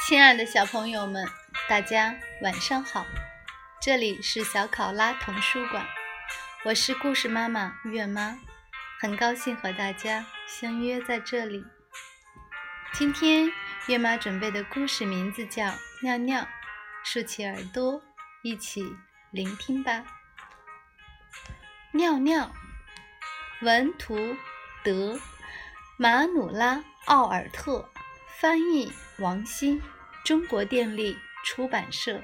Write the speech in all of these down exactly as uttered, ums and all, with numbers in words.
亲爱的小朋友们，大家晚上好，这里是小考拉童书馆，我是故事妈妈月妈，很高兴和大家相约在这里。今天月妈准备的故事名字叫尿尿，竖起耳朵一起聆听吧。尿尿，文图德马努拉奥尔特，翻译王鑫，中国电力出版社。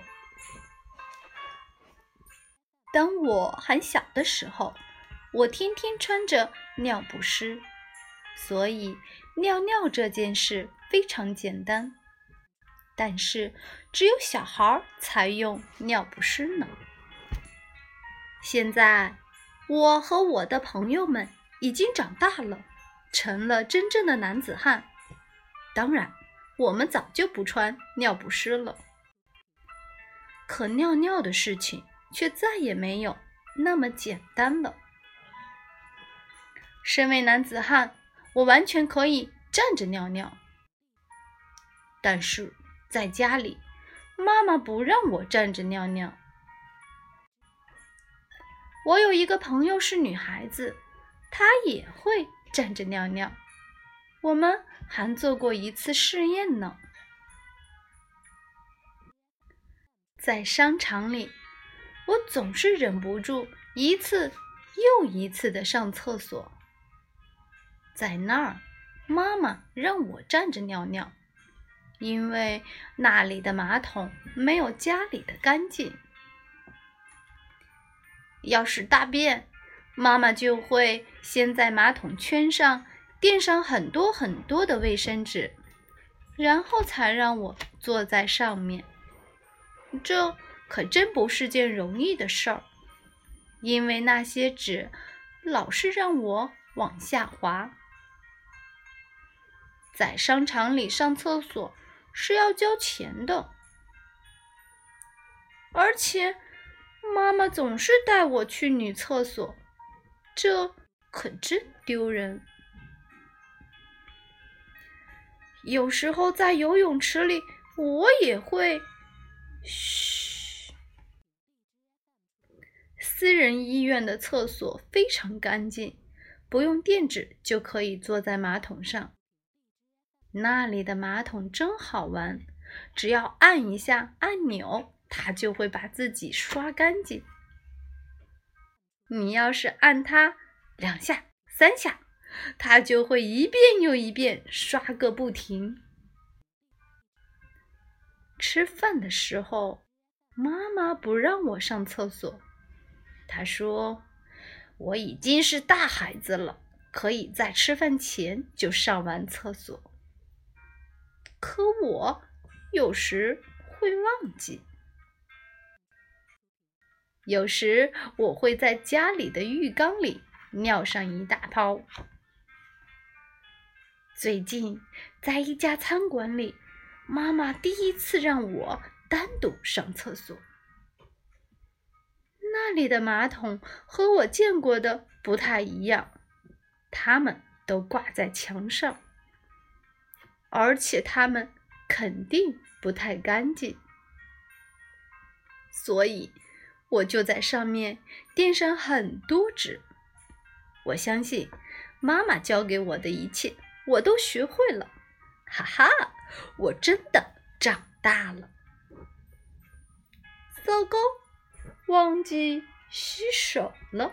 当我还小的时候，我天天穿着尿不湿，所以尿尿这件事非常简单。但是只有小孩才用尿不湿呢。现在我和我的朋友们已经长大了，成了真正的男子汉。当然，我们早就不穿尿不湿了。可尿尿的事情却再也没有那么简单了。身为男子汉，我完全可以站着尿尿。但是在家里，妈妈不让我站着尿尿。我有一个朋友是女孩子，她也会站着尿尿。我们还做过一次试验呢。在商场里，我总是忍不住一次又一次地上厕所。在那儿，妈妈让我站着尿尿，因为那里的马桶没有家里的干净。要是大便，妈妈就会先在马桶圈上垫上很多很多的卫生纸，然后才让我坐在上面。这可真不是件容易的事儿，因为那些纸老是让我往下滑。在商场里上厕所是要交钱的，而且妈妈总是带我去女厕所，这可真丢人。有时候在游泳池里，我也会嘘。私人医院的厕所非常干净，不用垫纸就可以坐在马桶上。那里的马桶真好玩，只要按一下按钮，它就会把自己刷干净。你要是按它两下三下，它就会一遍又一遍刷个不停。吃饭的时候，妈妈不让我上厕所。她说，我已经是大孩子了，可以在吃饭前就上完厕所。可我有时会忘记。有时我会在家里的浴缸里尿上一大泡。最近在一家餐馆里，妈妈第一次让我单独上厕所。那里的马桶和我见过的不太一样，它们都挂在墙上，而且它们肯定不太干净。所以我就在上面垫上很多纸。我相信妈妈教给我的一切我都学会了，哈哈，我真的长大了。糟糕，忘记洗手了。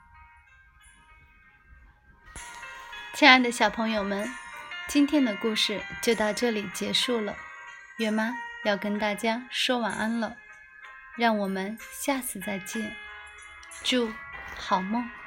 亲爱的小朋友们，今天的故事就到这里结束了。月妈要跟大家说晚安了，让我们下次再见，祝好梦。